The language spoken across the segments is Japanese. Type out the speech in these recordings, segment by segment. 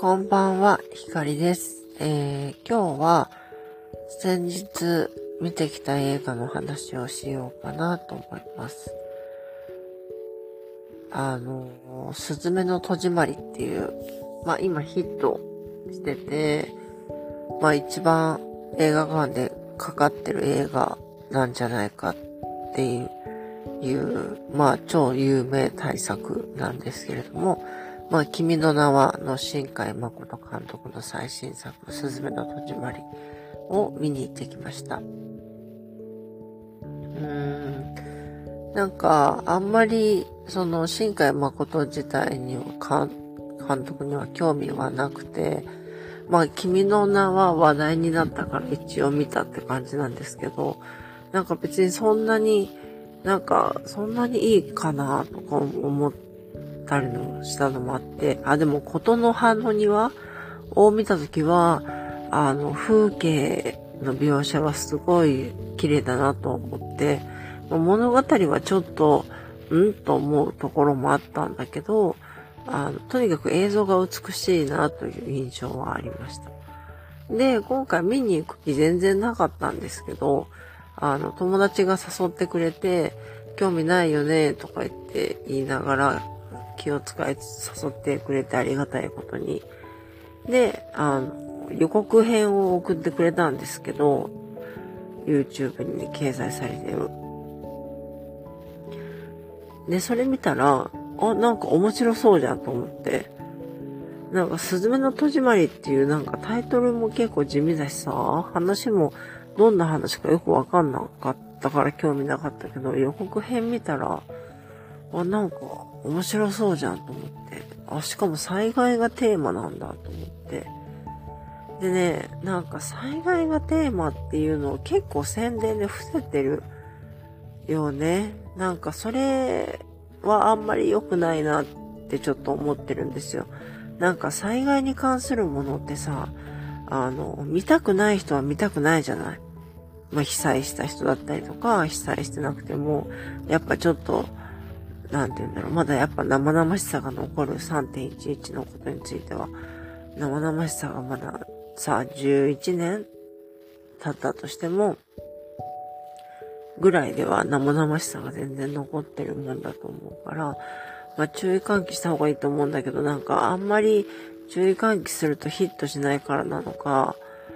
こんばんは、ひかりです。今日は先日見てきた映画の話をしようかなと思います。すずめの戸締まりっていう、今ヒットしてて、一番映画館でかかってる映画なんじゃないかっていう、超有名大作なんですけれども、君の名はの新海誠監督の最新作、すずめの戸締まりを見に行ってきました。あんまり、新海誠自体には、監督には興味はなくて、君の名は話題になったから一応見たって感じなんですけど、別にそんなにいいかなとか思ったりのしたのもあって、でも琴の葉の庭を見たときは、風景の描写がすごい綺麗だなと思って、物語はちょっと、と思うところもあったんだけど、とにかく映像が美しいなという印象はありました。で、今回見に行く気全然なかったんですけど、友達が誘ってくれて、興味ないよね、とか言いながら、気を使い誘ってくれてありがたいことに。で、予告編を送ってくれたんですけど、YouTube に掲載されてる。で、それ見たら、面白そうじゃんと思って。すずめの戸締まりっていうタイトルも結構地味だしさ、話もどんな話かよくわかんなかったから興味なかったけど、予告編見たら、面白そうじゃんと思って。しかも災害がテーマなんだと思って。でね、災害がテーマっていうのを結構宣伝で伏せてるよね。それはあんまり良くないなってちょっと思ってるんですよ。災害に関するものってさ、見たくない人は見たくないじゃない。被災した人だったりとか、被災してなくても、やっぱちょっと、まだやっぱ生々しさが残る 3.11 のことについては、生々しさがまださ、11年経ったとしても、ぐらいでは生々しさが全然残ってるもんだと思うから、注意喚起した方がいいと思うんだけど、あんまり注意喚起するとヒットしないからなのか、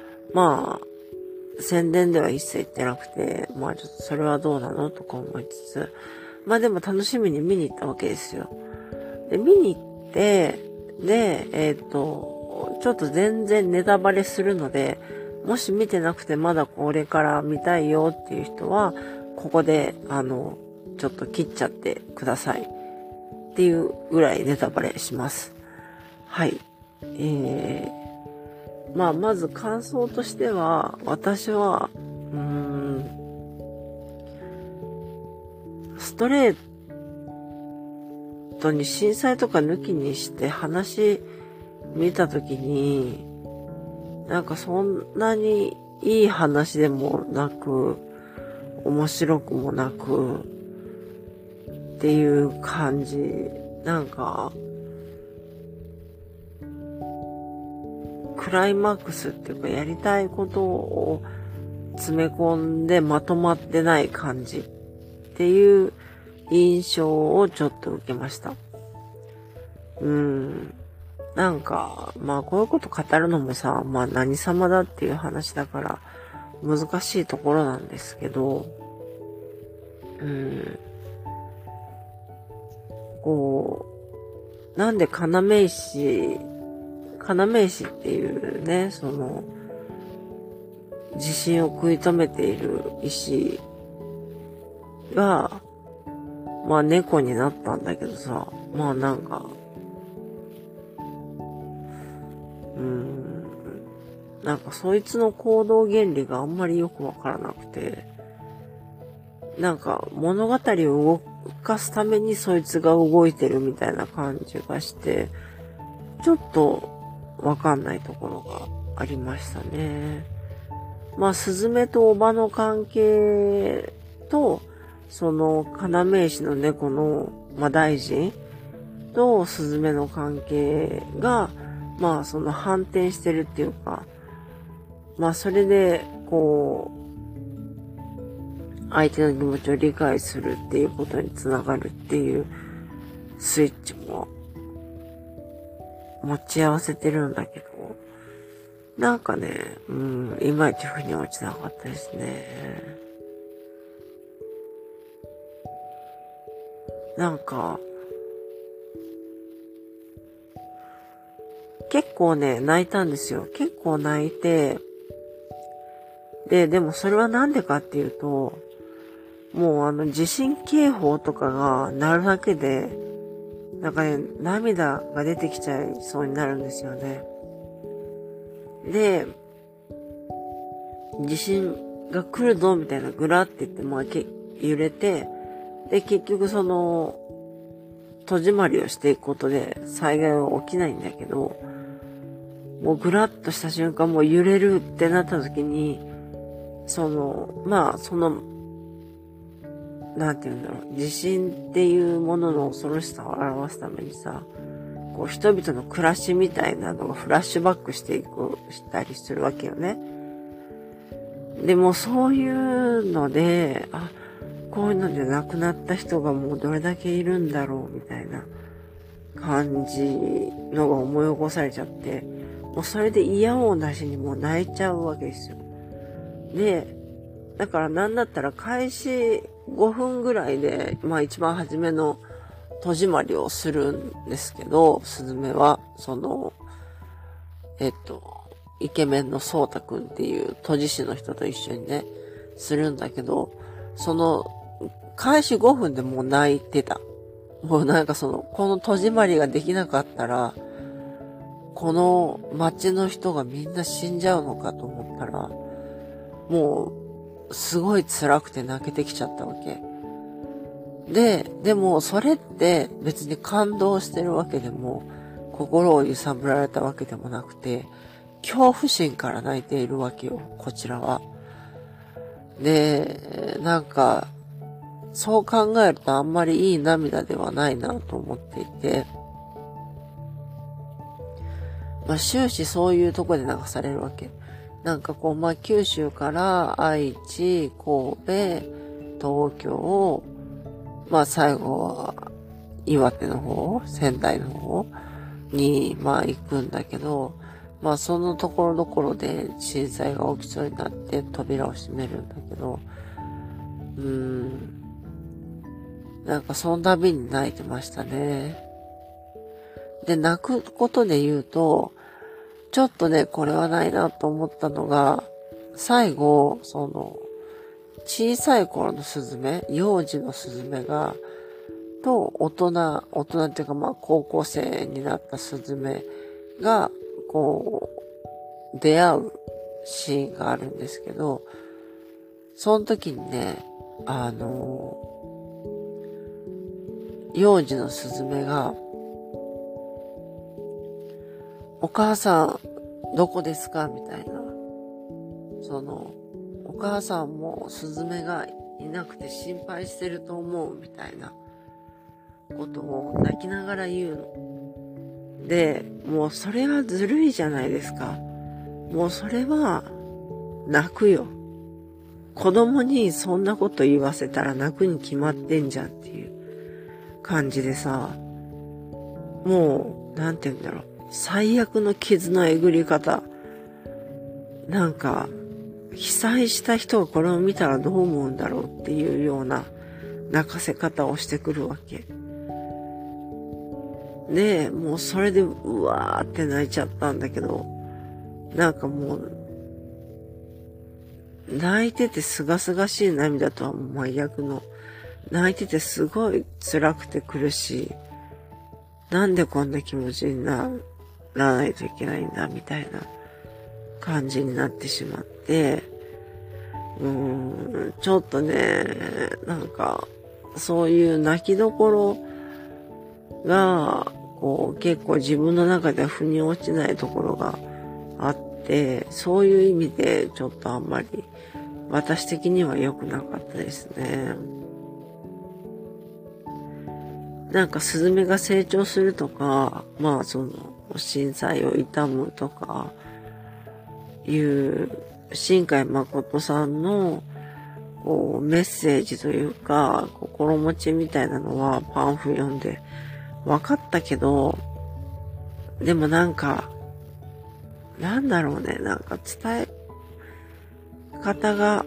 宣伝では一切言ってなくて、ちょっとそれはどうなのとか思いつつ、でも楽しみに見に行ったわけですよ。で、見に行って、で、ちょっと全然ネタバレするので、もし見てなくてまだこれから見たいよっていう人は、ここで、ちょっと切っちゃってください。っていうぐらいネタバレします。はい。まず感想としては、私は、ストレートに震災とか抜きにして話見たときに、そんなにいい話でもなく、面白くもなく、っていう感じ。クライマックスっていうかやりたいことを詰め込んでまとまってない感じっていう印象をちょっと受けました。こういうこと語るのもさ、何様だっていう話だから難しいところなんですけど、なんで要石っていうね、地震を食い止めている石が、猫になったんだけどさ、そいつの行動原理があんまりよくわからなくて、物語を動かすためにそいつが動いてるみたいな感じがして、ちょっとわかんないところがありましたね。スズメとおばの関係と、要石の猫の、大臣とスズメの関係が、 まあその反転してるっていうか、まあそれで、こう、相手の気持ちを理解するっていうことにつながるっていうスイッチも持ち合わせてるんだけど、なんかね、いまいち腑に落ちなかったですね。なんか、結構ね、泣いたんですよ。結構泣いて、でもそれはなんでかっていうと、もう地震警報とかが鳴るだけで、なんかね、涙が出てきちゃいそうになるんですよね。で、地震が来るぞみたいなぐらって言って、まあ、揺れて、で、結局その、戸締まりをしていくことで災害は起きないんだけど、もうぐらっとした瞬間もう揺れるってなった時に、なんていうんだろう、地震っていうものの恐ろしさを表すためにさ、こう人々の暮らしみたいなのがフラッシュバックしたりするわけよね。でもそういうので、こういうので亡くなった人がもうどれだけいるんだろうみたいな感じのが思い起こされちゃって、もうそれで嫌をなしにもう泣いちゃうわけですよ。で、だからなんだったら開始5分ぐらいで、まあ一番初めの戸締まりをするんですけど、スズメは、イケメンのソータくんっていう都知事の人と一緒にね、するんだけど、開始5分でもう泣いてた。もうなんかこの戸締まりができなかったら、この街の人がみんな死んじゃうのかと思ったら、もう、すごい辛くて泣けてきちゃったわけ。でもそれって別に感動してるわけでも、心を揺さぶられたわけでもなくて、恐怖心から泣いているわけよ、こちらは。で、なんか、そう考えるとあんまりいい涙ではないなと思っていて、まあ終始そういうとこで流されるわけ。なんかこう、まあ九州から愛知、神戸、東京、まあ最後は岩手の方、仙台の方に、まあ行くんだけど、まあそのところどころで震災が起きそうになって扉を閉めるんだけど、なんかその度に泣いてましたね。で、泣くことで言うと、ちょっとね、これはないなと思ったのが、最後、小さい頃のスズメ、幼児のスズメと大人っていうかまあ高校生になったスズメが、こう、出会うシーンがあるんですけど、その時にね、幼児のスズメが、お母さん、どこですかみたいな。お母さんもスズメがいなくて心配してると思うみたいなことを泣きながら言うの。で、もうそれはずるいじゃないですか。もうそれは泣くよ。子供にそんなこと言わせたら泣くに決まってんじゃんっていう感じでさ、もう、なんて言うんだろう。最悪の傷のえぐり方。なんか、被災した人がこれを見たらどう思うんだろうっていうような泣かせ方をしてくるわけ。で、もうそれでうわーって泣いちゃったんだけど、なんかもう、泣いててすがすがしい涙とは真逆の、泣いててすごい辛くて苦しい。なんでこんな気持ちにならないといけないんだみたいな感じになってしまって、ちょっとね、なんか、そういう泣きどころが、こう、結構自分の中では腑に落ちないところがあって、そういう意味でちょっとあんまり私的には良くなかったですね。なんかスズメが成長するとか、まあ震災を悼むとかいう新海誠さんのこうメッセージというか心持ちみたいなのはパンフ読んで分かったけど、でもなんかなんだろうね、なんか伝え方が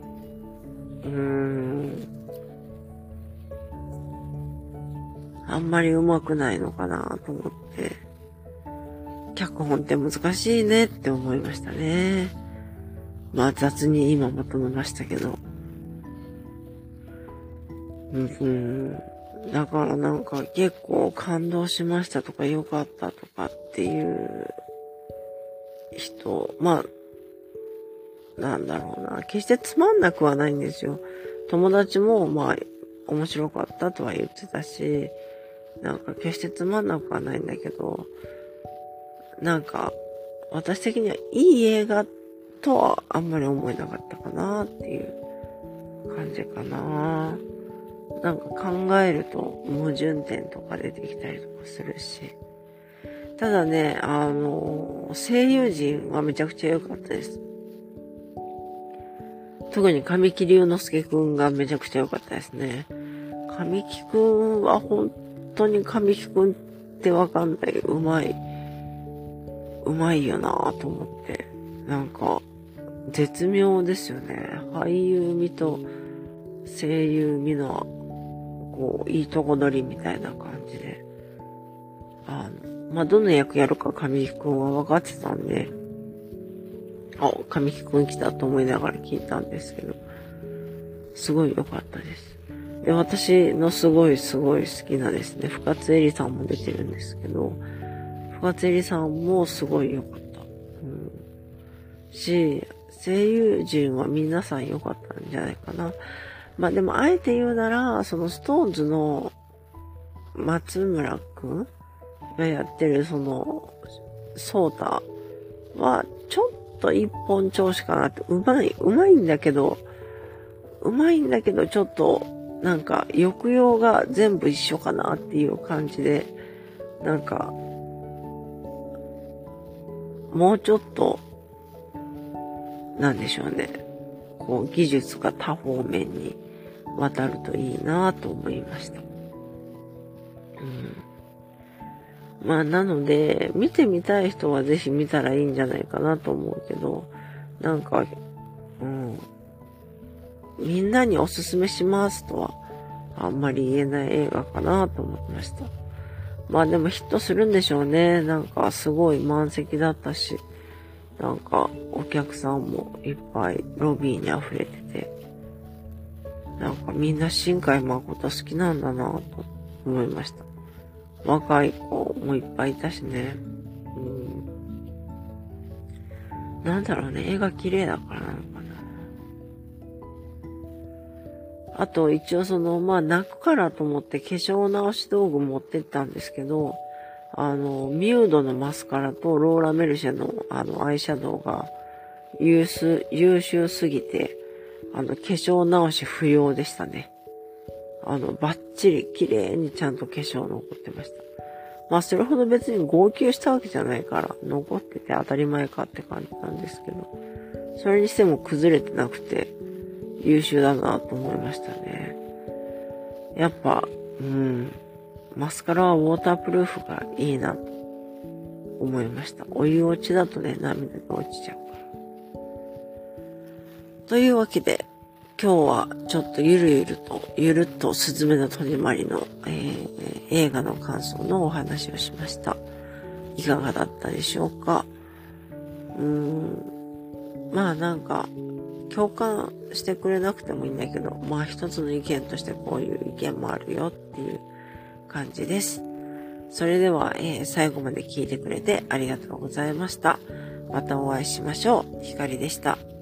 あんまり上手くないのかなと思って、脚本って難しいねって思いましたね。まあ雑に今まとめましたけど。だからなんか結構感動しましたとか良かったとかっていう人、まあ、なんだろうな。決してつまんなくはないんですよ。友達もまあ面白かったとは言ってたし、なんか決してつまんなくはないんだけど、なんか私的にはいい映画とはあんまり思えなかったかなっていう感じかな。なんか考えると矛盾点とか出てきたりとかするし。ただね、声優陣はめちゃくちゃ良かったです。特に神木隆之介くんがめちゃくちゃ良かったですね。神木くんは本当に神木くんってわかんない。うまいよなぁと思って。なんか、絶妙ですよね。俳優味と声優味の、こう、いいとこ取りみたいな感じで。まあ、どの役やるか神木くんは分かってたんで、神木くん来たと思いながら聞いたんですけど、すごい良かったです。で、私のすごい好きなですね、深津絵里さんも出てるんですけど、深津絵里さんもすごい良かった。し、声優陣は皆さん良かったんじゃないかな。まあでもあえて言うなら、そのストーンズの松村くんがやってるその、ソータはちょっと一本調子かなって、うまいんだけど、ちょっと、なんか、抑揚が全部一緒かなっていう感じで、なんか、もうちょっと、なんでしょうね。こう、技術が多方面に渡るといいなと思いました。まあ、なので、見てみたい人はぜひ見たらいいんじゃないかなと思うけど、なんか、みんなにおすすめしますとは、あんまり言えない映画かなと思いました。まあでもヒットするんでしょうね。なんかすごい満席だったし、なんかお客さんもいっぱいロビーに溢れてて、なんかみんな新海誠好きなんだなと思いました。若い子もいっぱいいたしね。なんだろうね、絵が綺麗だからなのかな。あと一応まあ泣くからと思って化粧直し道具持ってったんですけど、ミュードのマスカラとローラ・メルシェのアイシャドウが優秀すぎて、化粧直し不要でしたね。バッチリ綺麗にちゃんと化粧残ってました。まあそれほど別に号泣したわけじゃないから、残ってて当たり前かって感じなんですけど、それにしても崩れてなくて優秀だなと思いましたね。やっぱ、マスカラはウォータープルーフがいいなと思いました。お湯落ちだとね、涙が落ちちゃうから。というわけで、今日はちょっとゆるっとすずめの戸締まりの、映画の感想のお話をしました。いかがだったでしょうか。まあなんか、共感してくれなくてもいいんだけど、まあ一つの意見としてこういう意見もあるよっていう感じです。それでは、最後まで聞いてくれてありがとうございました。またお会いしましょう。ひかりでした。